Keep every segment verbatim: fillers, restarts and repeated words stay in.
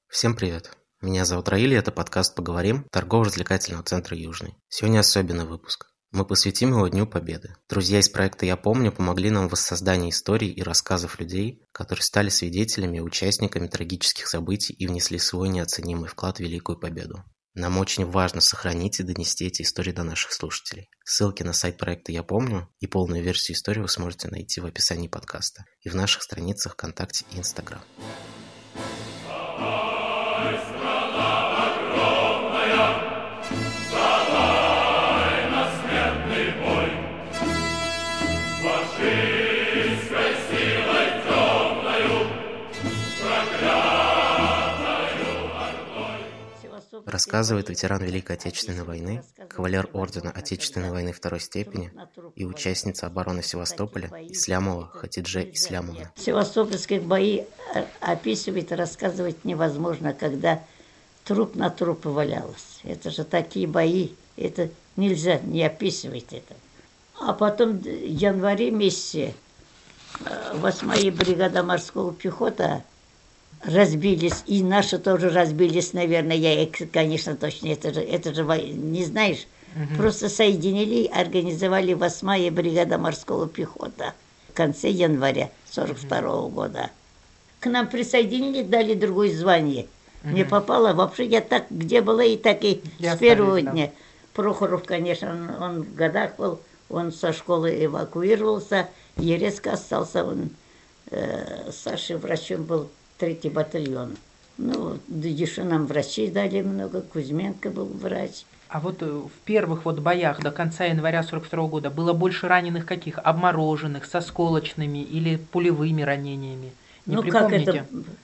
Всем привет! Меня зовут Раиль, и это подкаст «Поговорим» торгово-развлекательного центра «Южный». Сегодня особенный выпуск. Мы посвятим его Дню Победы. Друзья из проекта «Я помню» помогли нам в воссоздании историй и рассказов людей, которые стали свидетелями и участниками трагических событий и внесли свой неоценимый вклад в Великую Победу. Нам очень важно сохранить и донести эти истории до наших слушателей. Ссылки на сайт проекта «Я помню» и полную версию истории вы сможете найти в описании подкаста и в наших страницах ВКонтакте и Инстаграм. Рассказывает ветеран Великой Отечественной войны, кавалер ордена Отечественной войны второй степени и участница обороны Севастополя Ислямова Хатидже Ислямовна. Севастопольские бои описывать, рассказывать невозможно, когда труп на труп валялось. Это же такие бои, это нельзя не описывать это. А потом в январе месяце восьмая бригада морского пехота разбились, и наши тоже разбились, наверное, я, конечно, точно, это же, это же не знаешь, угу. Просто соединили, организовали восьмая бригада морского пехота в конце января сорок второго угу. года. К нам присоединили, дали другое звание. Угу. Мне попало, вообще я так, где была, и так и я с первого ставлю, дня. Да. Прохоров, конечно, он, он в годах был, он со школы эвакуировался, Ерецко остался, он э, Саша врачом был, третий батальон. Ну, еще нам врачей дали много, Кузьменко был врач. А вот в первых вот боях до конца января сорок второго года было больше раненых каких? Обмороженных, со осколочными или пулевыми ранениями? Не ну, припомните? как это?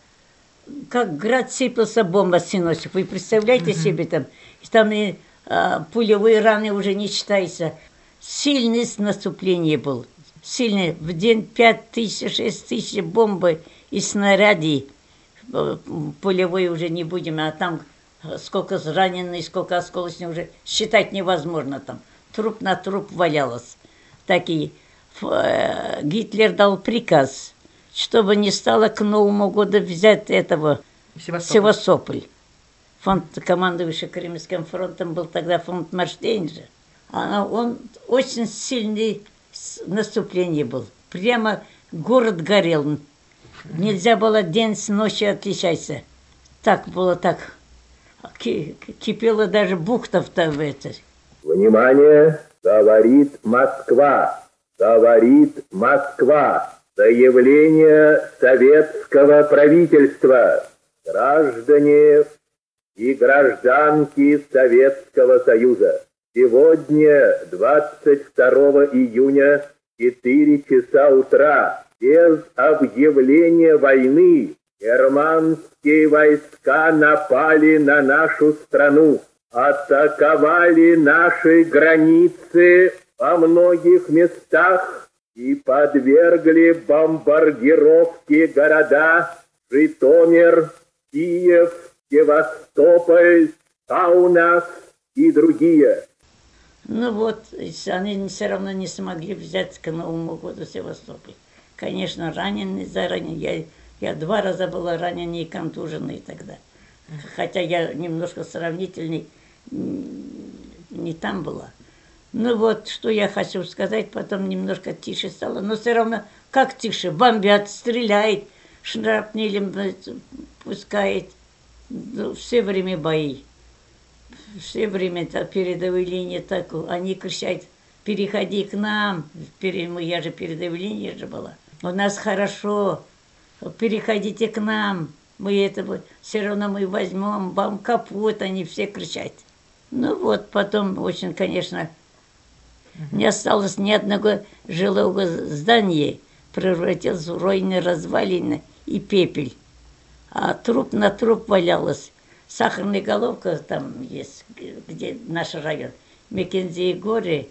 Как град сыпался, бомба с носик. Вы представляете угу. себе там? Там и а, пулевые раны уже не считаются. Сильное наступление было. Сильное. В день пять тысяч, шесть тысяч бомбы и снаряды. Пулевые уже не будем, а там сколько раненых, сколько осколочных уже считать невозможно там. Труп на труп валялось. Такие. Гитлер дал приказ, чтобы не стало к Новому году взять этого Севастополь. Севастополь. Фонд, командующий Крымским фронтом был тогда фонд Марштейн же. А он очень сильный наступление был. Прямо город горел. Нельзя было день с ночью отличаться. Так было так. Кипела даже бухта-то в этой. Внимание! Говорит Москва! Говорит Москва! Заявление советского правительства! Граждане и гражданки Советского Союза! Сегодня, двадцать второго июня, четыре часа утра, без объявления войны, германские войска напали на нашу страну, атаковали наши границы во многих местах и подвергли бомбардировке города Житомир, Киев, Севастополь, Каунас и другие. Ну вот, они все равно не смогли взять к Новому году Севастополь. Конечно, раненый заранее. Я, я два раза была раненый и контуженный тогда. Хотя я немножко сравнительный не там была. Ну вот, что я хочу сказать, потом немножко тише стало. Но все равно, как тише? Бомбят, стреляет, шрапнелем пускает. Ну, все время бои. Все время так, передовые линии, так, они кричат, переходи к нам. Я же передовой линии же была. У нас хорошо, переходите к нам. Мы это все равно мы возьмем, вам капут, они все кричат. Ну вот, потом очень, конечно, не осталось ни одного жилого здания. Превратилось в руины, развалины и пепель. А труп на труп валялось. Сахарная головка там есть, где наш район. Маккензи горы,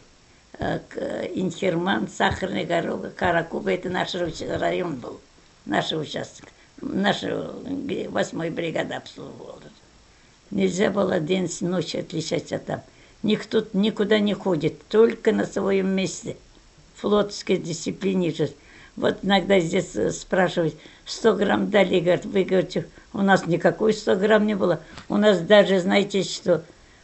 Инхерман, Сахарная горога, Каракуба. Это наш район был, наш участок. Наша восьмая бригада обслуживала. Нельзя было день с ночью отличаться там. Никто никуда не ходит, только на своем месте. Флотской дисциплине же. Вот иногда здесь спрашивают, сто грамм дали, говорят, вы говорите, у нас никакой сто грамм не было. У нас даже, знаете, что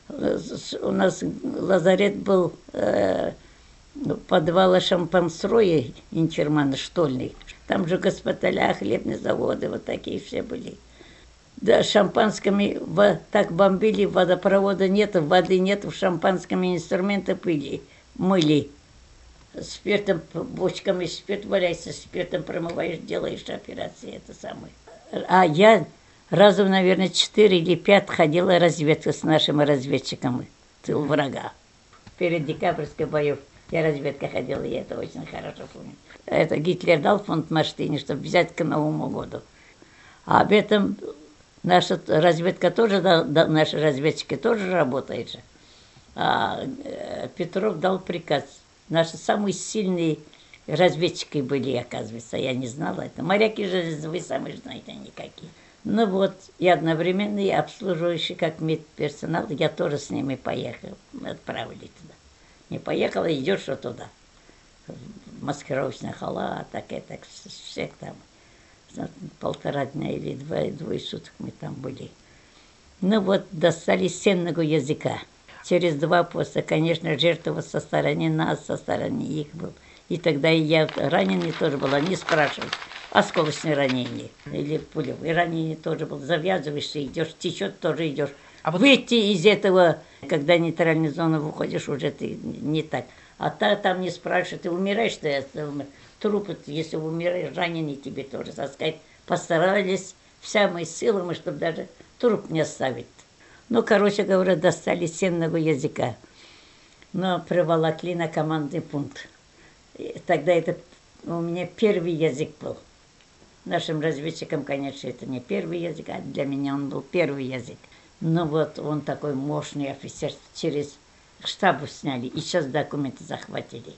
у нас лазарет был э, подвала шампанстроя Инчермана штольный. Там же госпиталя, хлебные заводы, вот такие все были. Да, шампанскими так бомбили, водопровода нет, воды нет, шампанскими инструменты пыли, мыли. Спиртом, бочками спирт валяется, спиртом промываешь, делаешь операции, это самое. А я разу, наверное, четыре или пять ходила разведка с нашими разведчиками, тыл врага. Перед декабрьской боев я разведка ходила, я это очень хорошо помню. Это Гитлер дал фонд Маштыни, чтобы взять к Новому году. А об этом наша разведка тоже, да, наши разведчики тоже работают же. А Петров дал приказ. Наши самые сильные разведчики были, оказывается, я не знала это. Моряки же, вы сами знаете, они какие. Ну вот, и одновременно и обслуживающий как медперсонал, я тоже с ними поехал, отправили туда. Не поехала, идешь что туда. Маскировочная халат, так и так, всех там. Полтора дня или два, двое суток мы там были. Ну вот, достали сенного языка. Через два поста, конечно, жертва со стороны нас, со стороны их был. И тогда и я раненый тоже была, не спрашивать. Осколочные ранения или пулевые ранения тоже был. Завязываешься, идешь, течет, тоже идешь. А вот... Выйти из этого, когда нейтральную зону выходишь, уже ты не так. А та, там не спрашивают, ты умираешь, ты труп, если умираешь, раненый тебе тоже, так сказать, постарались вся мои силы, мы, чтобы даже труп не оставить. Ну, короче говоря, достали сенного языка. Но приволокли на командный пункт. И тогда это у меня первый язык был. Нашим разведчикам, конечно, это не первый язык, а для меня он был первый язык. Ну вот, он такой мощный офицер, через штабу сняли, и сейчас документы захватили.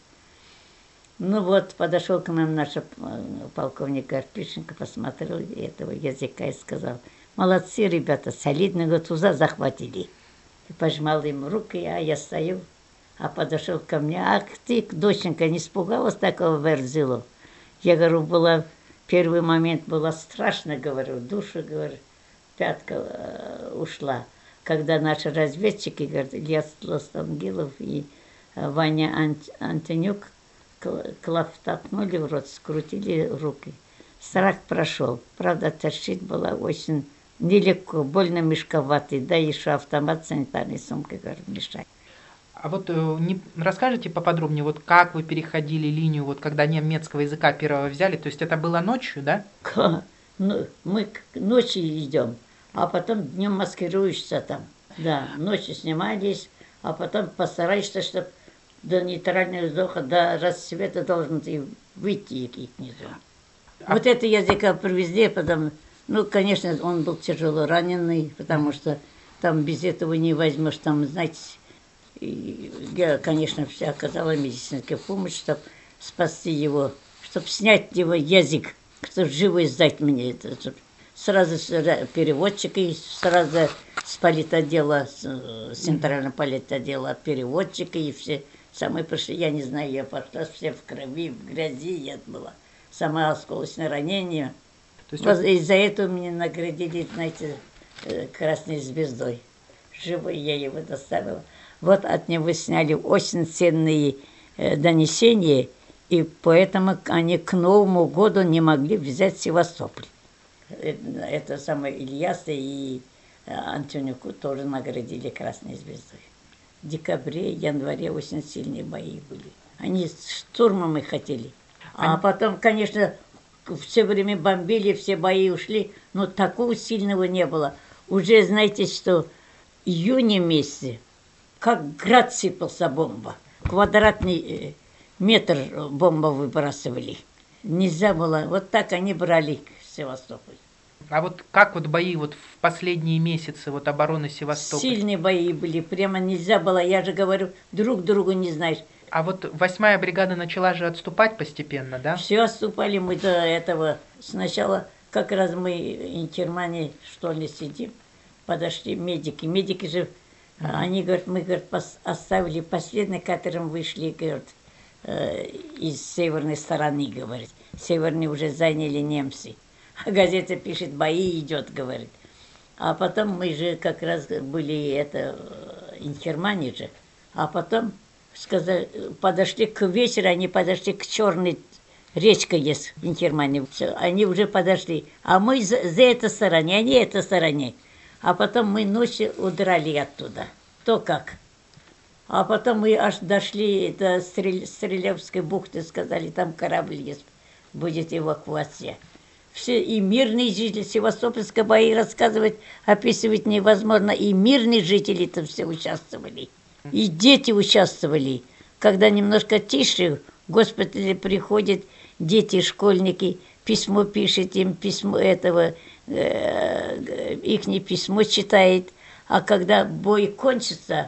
Ну вот, подошел к нам наш полковник Карпишенко, посмотрел этого языка и сказал: молодцы, ребята, солидного туза захватили. И пожимал им руки, а я стою, а подошел ко мне: ах ты, доченька, не испугалась такого Верзилу? Я говорю, была, первый момент было страшно, говорю, душу, говорю, пятка э, ушла. Когда наши разведчики, говорят, Илья Лостангилов и э, Ваня Ант, Антонюк клав толкнули в рот, скрутили руки. Страх прошел. Правда, тащить было очень нелегко, больно мешковатый, да еще автомат санитарной сумкой, говорю, мешает. А вот не расскажите поподробнее, вот как вы переходили линию, вот когда немецкого языка первого взяли, то есть это было ночью, да? Ну, мы ночью идем, а потом днем маскируешься там. Да, ночью снимались, а потом постараешься, чтобы до нейтрального вздоха, до рассвета должен ты выйти их внизу. А... Вот это языка привезли, потом, ну, конечно, он был тяжело раненый, потому что там без этого не возьмешь, там, знаете, и я, конечно, вся оказала медицинскую помощь, чтобы спасти его, чтобы снять его язык, чтобы живо сдать мне это. Сразу переводчик, и сразу с политотдела, с центрального политотдела переводчика, и все самые пришли, я не знаю, я пошла все в крови, в грязи, я была. Самое осколочное ранение. То есть вот из-за этого меня наградили, знаете, красной звездой. Живой я его доставила. Вот от него сняли очень ценные донесения, и поэтому они к Новому году не могли взять Севастополь. Это, это самое Ильяса и Антонюку тоже наградили красной звездой. В декабре, январе очень сильные бои были. Они штурмом их хотели. А потом, конечно, все время бомбили, все бои ушли, но такого сильного не было. Уже знаете, что в июне месяце, как град сыпался бомба, квадратный метр бомба выбрасывали. Нельзя было, вот так они брали Севастополь. А вот как вот бои вот в последние месяцы вот обороны Севастополя? Сильные бои были, прямо нельзя было, я же говорю, друг другу не знаешь. А вот восьмая бригада начала же отступать постепенно, да? Все отступали мы до этого. Сначала, как раз мы в Инкермане, что ли, сидим, подошли медики. Медики же, mm-hmm. они говорят, мы, говорят, оставили последний, которым вышли, говорят, э, из северной стороны, говорит. Северные уже заняли немцы. А газета пишет, бои идет, говорит. А потом мы же как раз были это, Инкермане же. А потом сказали, подошли к вечеру, они подошли к Черной речке есть в Инкермане. Они уже подошли. А мы за, за этой стороне, они этой стороне. А потом мы ночью удрали оттуда. То как. А потом мы аж дошли до Стрель, Стрелевской бухты, сказали, там корабль есть, будет эвакуация. Все, и мирные жители Севастопольской бои рассказывать, описывать невозможно. И мирные жители там все участвовали. И дети участвовали. Когда немножко тише, в госпитале приходят дети, школьники, письмо пишет им, письмо этого, э, ихнее письмо читает. А когда бой кончится,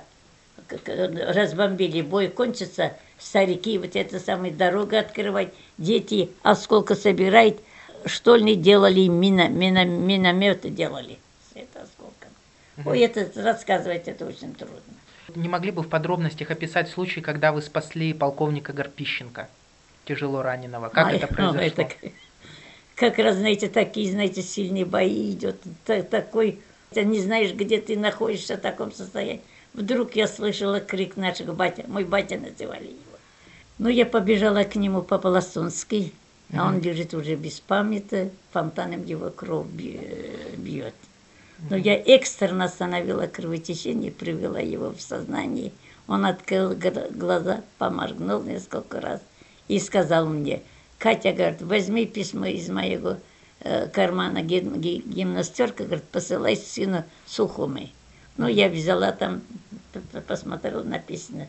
разбомбили, бой кончится, старики, вот эта самая дорога открывать, дети осколка собирают, штольни делали, мина, мина, минометы делали с это осколком. Угу. Ой, это рассказывать это очень трудно. Не могли бы в подробностях описать случай, когда вы спасли полковника Горпищенко, тяжело раненого? Как а, это произошло? Ну, это, как раз, знаете, такие, знаете, сильные бои идет, такой, ты не знаешь, где ты находишься в таком состоянии. Вдруг я слышала крик наших батя, мой батя называли его. Ну, я побежала к нему по Полосунской, а mm-hmm. он лежит уже без памяти, фонтаном его кровь бьет. Но mm-hmm. я экстренно остановила кровотечение, привела его в сознание. Он открыл глаза, поморгнул несколько раз и сказал мне, Катя, говорит, возьми письмо из моего э, кармана гим, гимнастерка, говорит, посылай сыну Сухумой. Ну, я взяла там, посмотрела, написано,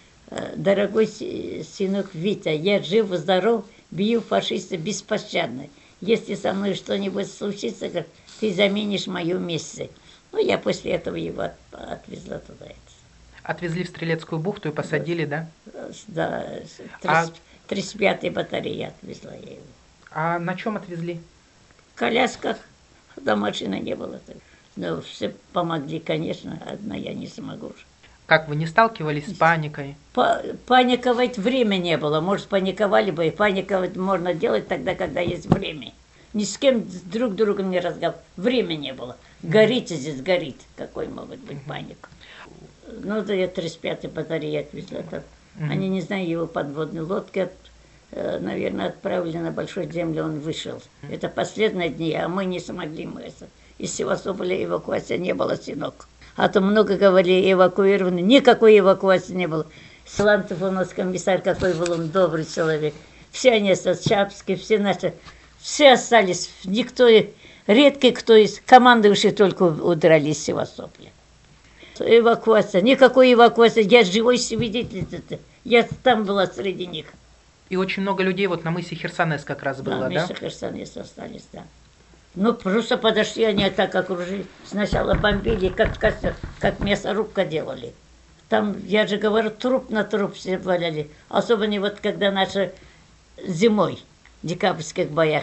дорогой сынок Витя, я жив, здоров, бью фашиста беспощадно. Если со мной что-нибудь случится, говорит, ты заменишь мое место. Ну, я после этого его от, отвезла туда. Отвезли в Стрелецкую бухту и посадили, да? Да, да тридцать пятая батарея отвезла я его. А на чем отвезли? В колясках, да машины не было. Ну, все помогли, конечно, одна я не смогу. Как, вы не сталкивались с паникой? Па- паниковать время не было. Может, паниковали бы, и паниковать можно делать тогда, когда есть время. Ни с кем друг с другом не разговаривать. Времени не было. Горите здесь, горит. Какой может быть паника? Ну, да я тридцать пятая батарея отвезла. Так. Mm-hmm. Они, не знаю, его подводной лодкой, э, наверное, отправили на Большую Землю, он вышел. Mm-hmm. Это последние дни, а мы не смогли мы это. Из Севастополя эвакуации не было, сынок. А то много говорили, эвакуированы. Никакой эвакуации не было. Силантьев у нас комиссар, какой был он добрый человек. Все они, Чапские, все наши, все остались. Никто, редкий кто из командующих только удрали из Севастополя. Эвакуация, никакой эвакуации. Я живой свидетель. Я там была среди них. И очень много людей вот на мысе Херсонес как раз было, да? На мысе Херсонес остались, да. Ну, просто подошли, они так окружили. Сначала бомбили, как костер, как мясорубка делали. Там, я же говорю, труп на труп все валяли. Особенно вот когда наши зимой, в декабрьских боях,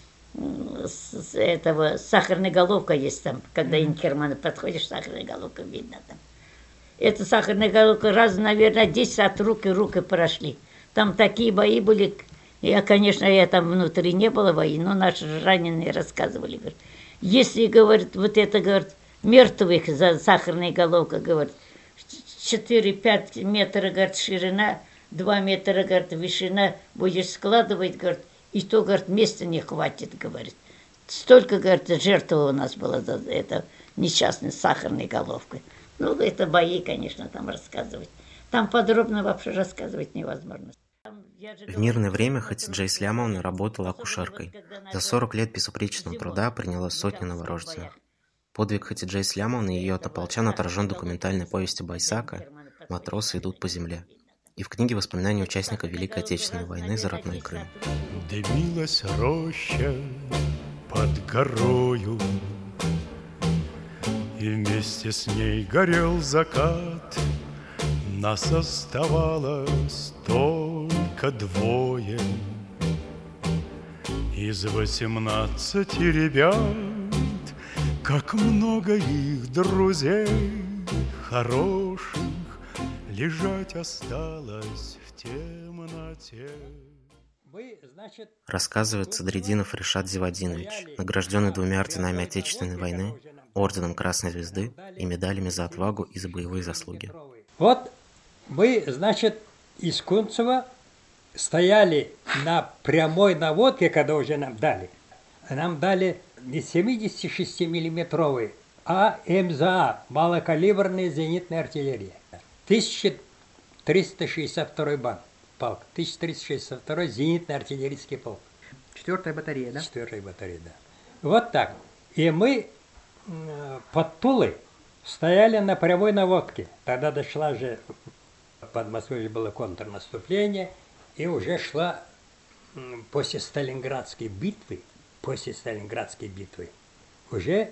с, с этого сахарная головка есть там, когда mm-hmm. Инкермана подходишь, сахарная головка видно там. Эта сахарная головка раз, наверное, десять от рук и руки прошли. Там такие бои были. Я, конечно, я там внутри не было бои, но наши раненые рассказывали. Говорят, если, говорит, вот это, говорит, мертвых за сахарной головкой, говорит, четыре-пять метров, говорит, ширина, два метра, говорит, вышина, будешь складывать, говорит, и то, говорит, места не хватит, говорит. Столько, говорит, жертв у нас было за это несчастной сахарной головкой. Ну, это бои, конечно, там рассказывать. Там подробно вообще рассказывать невозможно. В мирное время Хатиджа Ислямовна работала акушеркой. За сорок лет безупречного труда приняла сотни новорожденных. Подвиг Хатиджа Ислямовны и ее однополчан отражен документальной повестью Байсака «Матросы идут по земле» и в книге воспоминаний участников Великой Отечественной войны за родной Крым. Дымилась роща под горою, и вместе с ней горел закат. Нас оставалось только двое из восемнадцати ребят. Как много их друзей хороших лежать осталось в темноте. Рассказывает Садриддинов Ришат Зивадинович, награжденный двумя орденами Отечественной войны, орденом Красной Звезды и медалями за отвагу и за боевые заслуги. Вот мы, значит, из Кунцева стояли на прямой наводке, когда уже нам дали. Нам дали не семидесятишестимиллиметровый, а МЗА, малокалиберная зенитная артиллерия. тысяча триста шестьдесят второй банк. Полк. тысяча триста шестьдесят второй зенитный артиллерийский полк. Четвертая батарея, да? Четвертая батарея, да. Вот так. И мы под Тулой стояли на прямой наводке. Тогда дошла же, под Москвой было контрнаступление, и уже шла после Сталинградской битвы, после Сталинградской битвы, уже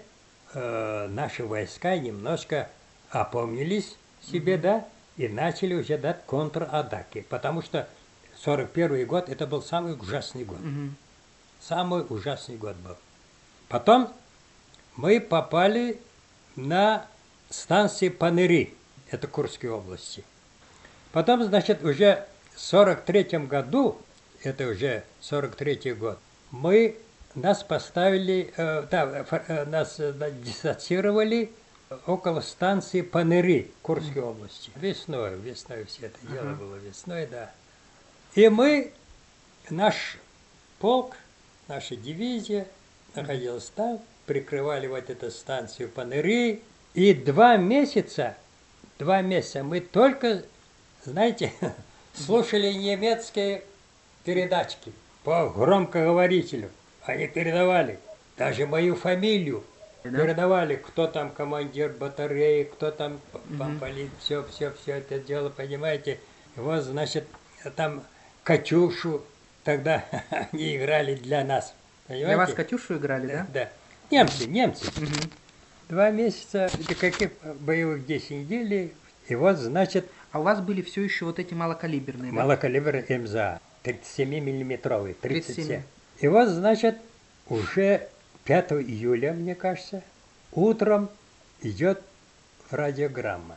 э, наши войска немножко опомнились себе, mm-hmm. да, и начали уже дать контратаки, потому что сорок первый год это был самый ужасный год. Mm-hmm. Самый ужасный год был. Потом мы попали на станции Паныри, это Курской области. Потом, значит, уже в сорок третьем году, это уже сорок третий год, мы, нас поставили, э, да, э, нас э, диссоциировали около станции Паныри Курской области. Весной, весной все это дело uh-huh. было, весной, да. И мы, наш полк, наша дивизия находилась там, прикрывали вот эту станцию Паныри. И два месяца, два месяца мы только, знаете, слушали немецкие передачки по громкоговорителю. Они передавали даже мою фамилию. Да? Передавали, кто там командир батареи, кто там помполит, угу. все, все, все это дело, понимаете. Вот, значит, там Катюшу тогда они играли для нас. Понимаете? Для вас Катюшу играли, да? Да. да. Немцы, немцы. Угу. Два месяца, каких боевых десять недель, и вот, значит... А у вас были все еще вот эти малокалиберные, да? Малокалиберные МЗА, тридцать семь миллиметровый, тридцать семь. тридцать семь. И вот, значит, уже пятого июля, мне кажется, утром идет радиограмма.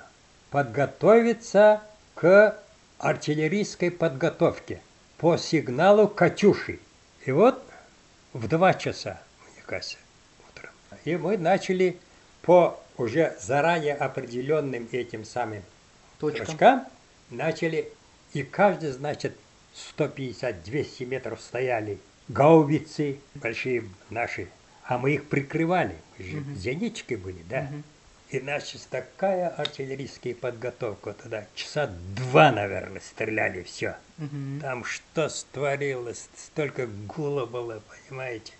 Подготовиться к артиллерийской подготовке по сигналу «Катюши». И вот в два часа, мне кажется, утром. И мы начали по уже заранее определенным этим самым точкам, точкам начали, и каждый, значит, сто пятьдесят - двести метров стояли гаубицы, большие наши, а мы их прикрывали, мы же uh-huh. зенитчики были, да. Uh-huh. И началась такая артиллерийская подготовка тогда, часа два, наверное, стреляли, все. Uh-huh. Там что створилось, столько гула было, понимаете.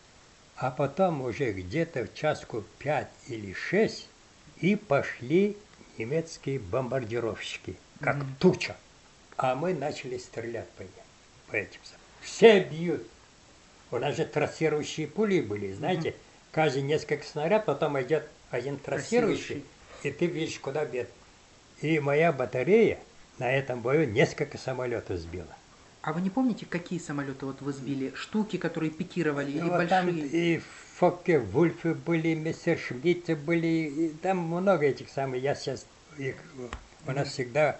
А потом уже где-то в часку пять или шесть и пошли немецкие бомбардировщики, как mm-hmm. туча. А мы начали стрелять по ним, по этим. Все бьют. У нас же трассирующие пули были, знаете. Mm-hmm. Каждый несколько снарядов, потом идет один трассирующий, и ты видишь, куда бьет. И моя батарея на этом бою несколько самолетов сбила. А вы не помните, какие самолеты вот вы сбили? Штуки, которые пикировали, или вот большие? Там и Фокке-Вульфы были, Мессершмитты были, и там много этих самых. Я сейчас, их, у нас всегда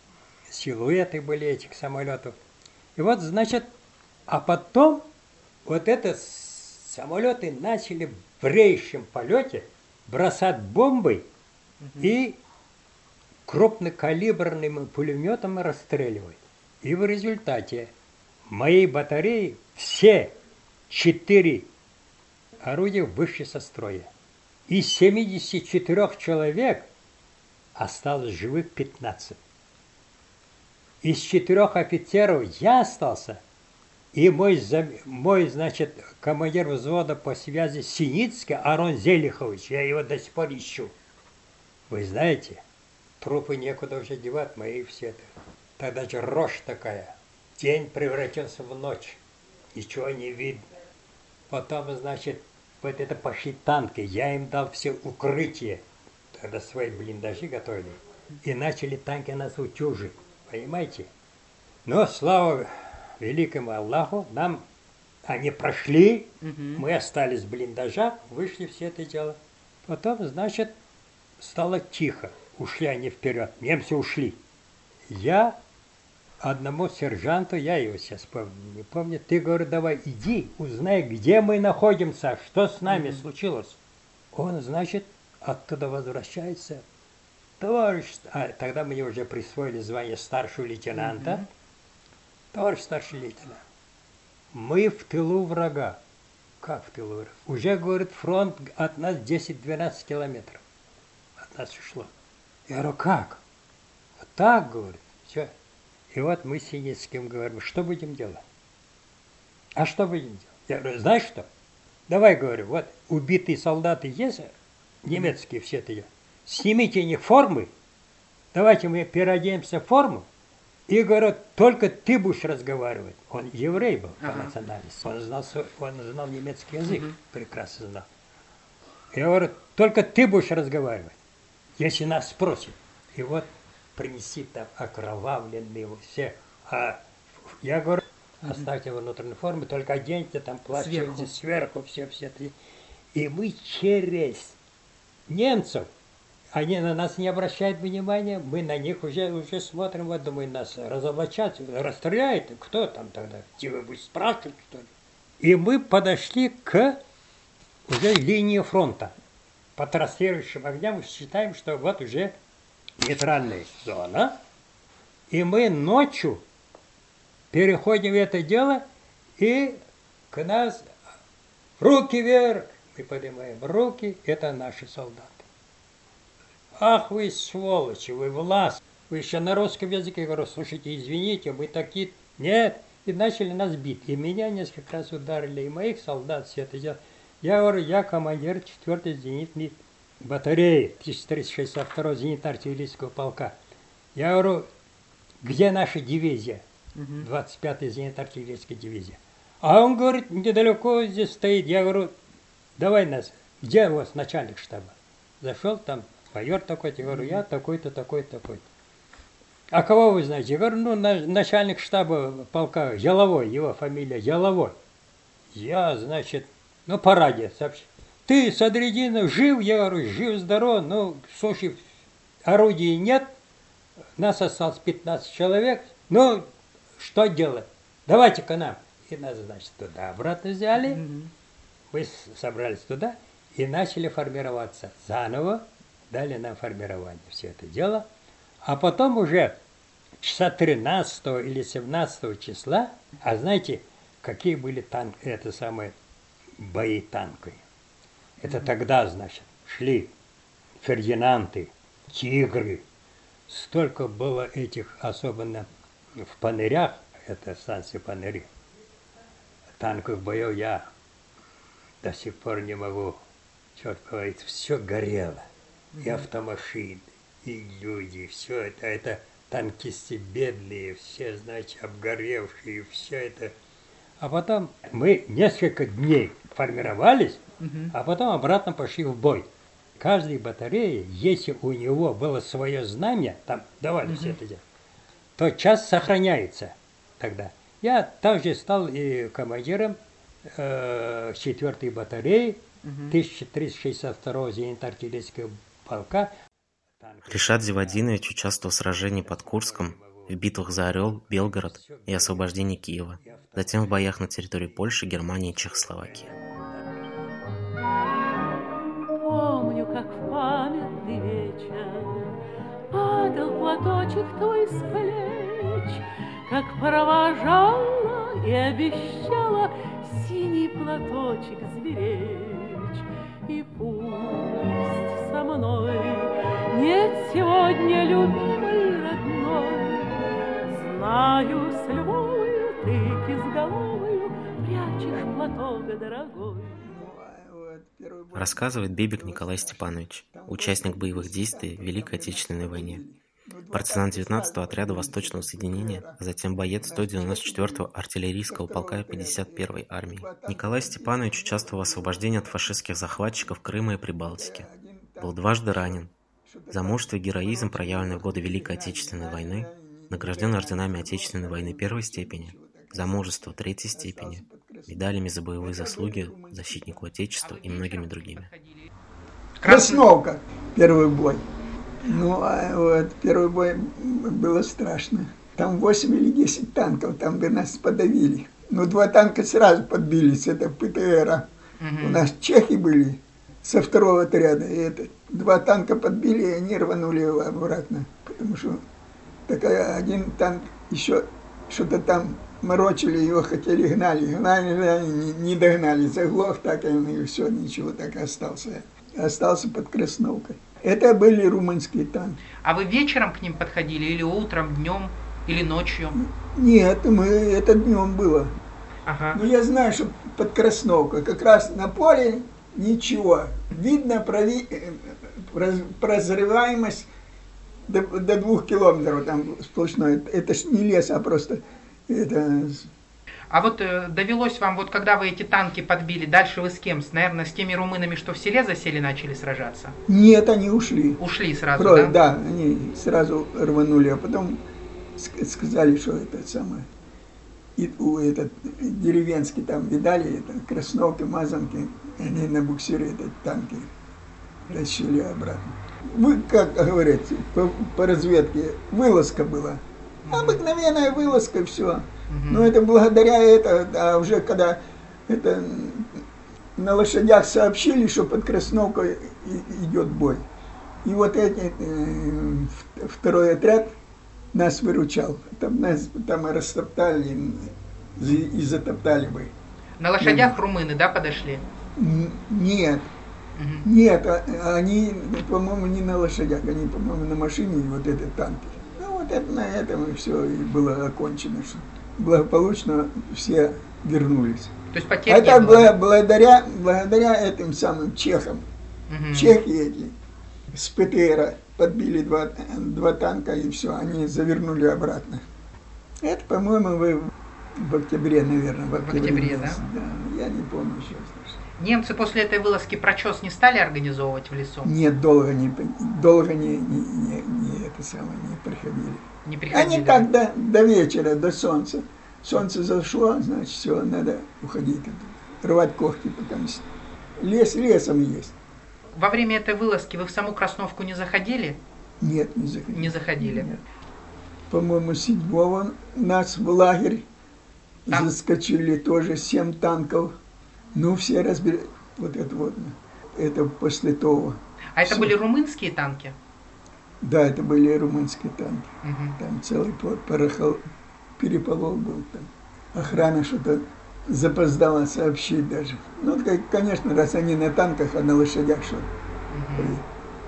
силуэты были этих самолетов. И вот, значит, а потом вот это самолеты начали в рейшем полете бросать бомбы угу. и крупнокалиберными пулеметами расстреливать. И в результате моей батареи все четыре орудия вышли со строя. Из семидесяти четырёх человек осталось живых пятнадцать. Из четырех офицеров я остался, и мой, мой, значит, командир взвода по связи Синицкий Арон Зелихович, я его до сих пор ищу. Вы знаете, трупы некуда уже девать, мои все это. Тогда же рожь такая. День превратился в ночь. Ничего не видно. Потом, значит, вот это пошли танки. Я им дал все укрытие. Тогда свои блиндажи готовили. И начали танки нас утюжить. Понимаете? Но, слава великому Аллаху, нам они прошли. Угу. Мы остались в блиндажах. Вышли все это дело. Потом, значит, стало тихо. Ушли они вперед. Немцы ушли. Я одному сержанту, я его сейчас помню, не помню, ты, говорю, давай иди, узнай, где мы находимся, что с нами mm-hmm. случилось. Он, значит, оттуда возвращается. Товарищ, а тогда мне уже присвоили звание старшего лейтенанта. Mm-hmm. Товарищ старший лейтенант, мы в тылу врага. Как в тылу врага? Уже, говорит, фронт от нас десять-двенадцать километров. От нас ушло. Я говорю, как? Вот так, говорит, все. И вот мы с Синицким говорим, что будем делать? А что будем делать? Я говорю, знаешь что? Давай, говорю, вот убитые солдаты есть, немецкие все это, снимите у них формы, давайте мы переоденемся в форму, и, говорю, только ты будешь разговаривать. Он еврей был по ага. национальности, он знал, он знал немецкий язык, угу. прекрасно знал. Я говорю, только ты будешь разговаривать, если нас спросят. И вот принеси там окровавленные все. А я говорю, оставьте в внутренней форме, только оденьте там плащ сверху, сверху все, все. И мы через немцев, они на нас не обращают внимания, мы на них уже, уже смотрим, вот, думаю, нас разоблачат, расстреляют, кто там тогда, типа, вы спрашиваете, что ли? И мы подошли к уже линии фронта. По трассирующим огням считаем, что вот уже нейтральная зона, и мы ночью переходим в это дело, и к нас руки вверх, мы поднимаем руки, это наши солдаты. Ах вы сволочи, вы власть, вы еще на русском языке, говорю, слушайте, извините, мы такие, нет, и начали нас бить, и меня несколько раз ударили, и моих солдат все это дело. Я говорю, я командир четвёртой зенитной батареи тысяча триста шестьдесят второго зенитно-артиллерийского полка. Я говорю, где наша дивизия? двадцать пятая зенитно-артиллерийская дивизия. А он говорит, недалеко здесь стоит. Я говорю, давай нас, где у вас начальник штаба? Зашел там, майор такой-то, я говорю, я такой-то, такой-то, такой-то. А кого вы знаете? Я говорю, ну, начальник штаба полка Яловой, его фамилия Яловой. Я, значит, ну, по радио сообщил. Ты, Садридинов, жив? Я говорю, жив-здоров. Ну, слушай, орудий нет. Нас осталось пятнадцать человек. Ну, что делать? Давайте к нам. И нас, значит, туда обратно взяли. Mm-hmm. Мы собрались туда и начали формироваться заново. Дали нам формирование все это дело. А потом уже часа тринадцатого или семнадцатого числа, а знаете, какие были танки, это самое, бои танками. Это тогда, значит, шли Фердинанды, Тигры. Столько было этих, особенно в Панырях, это станция Паныри, танковых боев я до сих пор не могу, черт говорит, все горело. И автомашины, и люди, все это, это танкисты бедные, все, значит, обгоревшие, все это. А потом мы несколько дней формировались, uh-huh. а потом обратно пошли в бой. Каждой батарее, если у него было свое знамя, там давали uh-huh. все это дело, то час сохраняется тогда. Я также стал и командиром э, четвёртой батареи uh-huh. тысяча триста шестьдесят второго зенитно-артиллерийского полка. Ришат Зивадинович участвовал в сражении под Курском, в битвах за Орел, Белгород и освобождении Киева, затем в боях на территории Польши, Германии и Чехословакии. Помню, как в памятный вечер падал платочек твой с плеч, как провожала и обещала синий платочек сберечь. И пусть со мной нет сегодня любимой родной, знаю, с любовью ты кизголовою прячешь платок дорогой. Рассказывает Бибик Николай Степанович, участник боевых действий в Великой Отечественной войне. Партизан девятнадцатого отряда Восточного соединения, а затем боец сто девяносто четвёртого артиллерийского полка пятьдесят первой армии. Николай Степанович участвовал в освобождении от фашистских захватчиков Крыма и Прибалтики. Был дважды ранен. За мужество и героизм, проявленный в годы Великой Отечественной войны, награжден орденами Отечественной войны первой степени, за мужество третьей степени, медалями за боевые заслуги защитнику Отечества и многими другими. Красновка, первый бой. Ну, а вот первый бой было страшно. Там восемь или десять танков, там бы нас подавили. Ну, два танка сразу подбились, это ПТРа. Угу. У нас чехи были со второго отряда, и это, два танка подбили, и они рванули обратно. Потому что такая, один танк еще что-то там морочили, его хотели гнали, гнали, гнали, не, не догнали, заглох так, и все, ничего, так и остался. Остался под Красновкой. Это были румынские танки. А вы вечером к ним подходили, или утром, днем, или ночью? Нет, мы, это днем было. Ага. Но я знаю, что под Красновкой, как раз на поле ничего. Видно прови... прозреваемость до, до двух километров там сплошной. Это ж не лес, а просто это... А вот э, довелось вам, вот когда вы эти танки подбили, дальше вы с кем? С, наверное, с теми румынами, что в селе засели, начали сражаться? Нет, они ушли. Ушли сразу, Про, да? Да, они сразу рванули, а потом сказали, что это самое. И у этот деревенский там видали, это Красновки, Мазанки, они на буксире этот танки тащили обратно. Вы, как говорится, по, по разведке, вылазка была. Обыкновенная вылазка, все. Uh-huh. Но это благодаря это, а уже когда это на лошадях сообщили, что под Красновкой идет бой. И вот эти, э, второй отряд нас выручал. Там нас там растоптали и затоптали бы. На лошадях румыны, да, подошли? Нет. Uh-huh. Нет, они, по-моему, не на лошадях, они, по-моему, на машине, и вот эти танки. Ну вот это, на этом и все и было окончено. Что благополучно все вернулись. То есть потерь это не было? благодаря, благодаря этим самым чехам. Угу. Чехи эти с ПТРа подбили два, два танка и все, они завернули обратно. Это, по-моему, вы в октябре, наверное. В октябре, в октябре да? Да, я не помню сейчас. Немцы после этой вылазки прочес не стали организовывать в лесу? Нет, долго не, долго не, не, не, не это самое не приходили. Не приходили. Они так до, до вечера, до солнца. Солнце зашло, значит, все, надо уходить. Рвать когти, потому что лес лесом есть. Во время этой вылазки вы в саму Красновку не заходили? Нет, не заходили. Не заходили. Нет. По-моему, седьмого нас в лагерь там заскочили тоже семь танков. Ну, все разбили. Вот это вот. Это после того. А это все. Были румынские танки? Да, это были румынские танки. Угу. Там целый порохол, переполох был там. Охрана что-то запоздала сообщить даже. Ну, конечно, раз они на танках, а на лошадях что-то. Угу.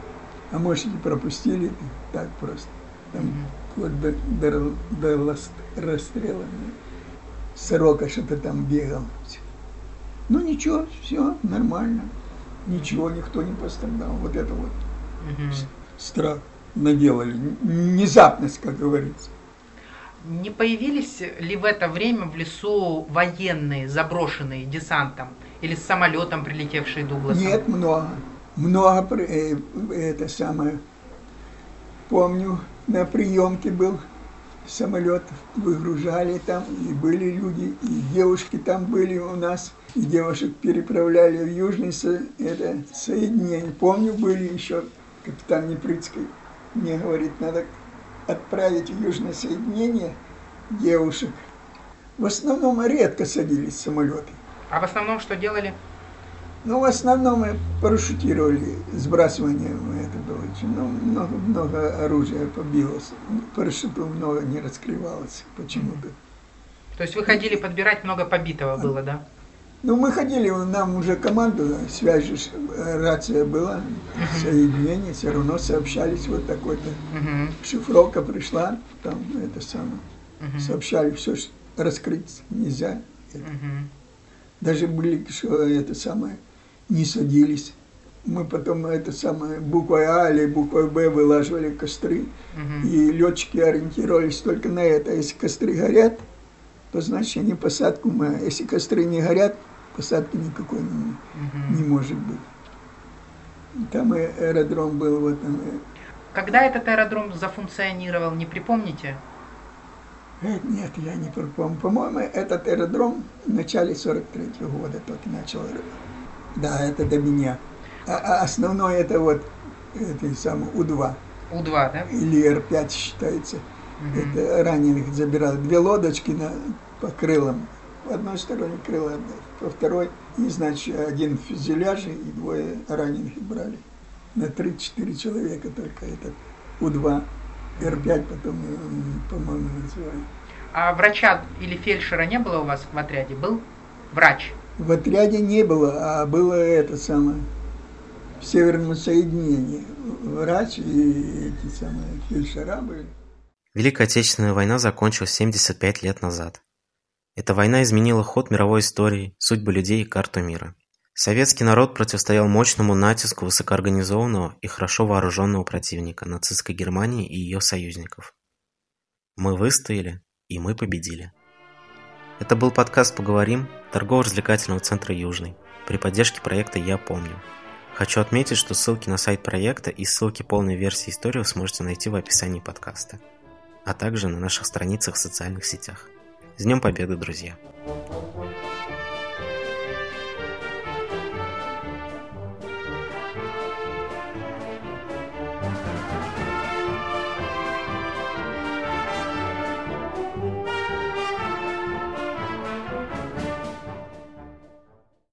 А может, и пропустили так просто. Там угу. вот до, до, до расстрела. Сорока что-то там бегал. Ну ничего, все нормально. Ничего, никто не пострадал. Вот это вот угу. страх наделали. Внезапность, как говорится. Не появились ли в это время в лесу военные, заброшенные десантом? Или с самолетом, прилетевшие Дугласом? Нет, много. Много, э, это самое. Помню, на приемке был самолет, выгружали там, и были люди, и девушки там были у нас, и девушек переправляли в Южный со, это, соединение. Помню, были еще, капитан Непрыцкий мне говорит, надо отправить в Южное соединение девушек. В основном редко садились самолеты. А в основном что делали? Ну, в основном мы парашютировали, сбрасывание это было очень, ну, много, много оружия побилось, парашютов много не раскрывалось почему-то. То есть вы ходили подбирать, много побитого было, да? Ну, мы ходили, нам уже команду, связь, рация была, uh-huh. соединение, все равно сообщались, вот такой-то, uh-huh. шифровка пришла, там это самое, uh-huh. сообщали, все раскрыть нельзя. Uh-huh. Даже были, что это самое, не садились. Мы потом это самое, буквой А или буквой Б вылаживали костры, uh-huh. и летчики ориентировались только на это. Если костры горят, то значит они посадку мы. А если костры не горят, посадки никакой не, uh-huh. не может быть. Там и аэродром был. Вот там. Когда этот аэродром зафункционировал, не припомните? Нет, я не помню. По-моему, этот аэродром в начале сорок третьего года только начал. Да, это до меня. А, а основное это вот это самое У два. У два, да? Или Р пять считается. Mm-hmm. Это раненых забирали. Две лодочки на, по крылам. В одной стороне крыло, по второй. И, значит, один в фюзеляже, и двое раненых брали. На три-четыре человека только этот У два. Эр пять потом, по-моему, называют. А врача или фельдшера не было у вас в отряде? Был врач? В отряде не было, а было это самое, в Северном соединении. Врач и эти самые фельдшера были. Великая Отечественная война закончилась семьдесят пять лет назад. Эта война изменила ход мировой истории, судьбы людей и карту мира. Советский народ противостоял мощному натиску высокоорганизованного и хорошо вооруженного противника, нацистской Германии и ее союзников. Мы выстояли, и мы победили. Это был подкаст «Поговорим» торгово-развлекательного центра «Южный» при поддержке проекта «Я помню». Хочу отметить, что ссылки на сайт проекта и ссылки полной версии истории вы сможете найти в описании подкаста, а также на наших страницах в социальных сетях. С Днем Победы, друзья!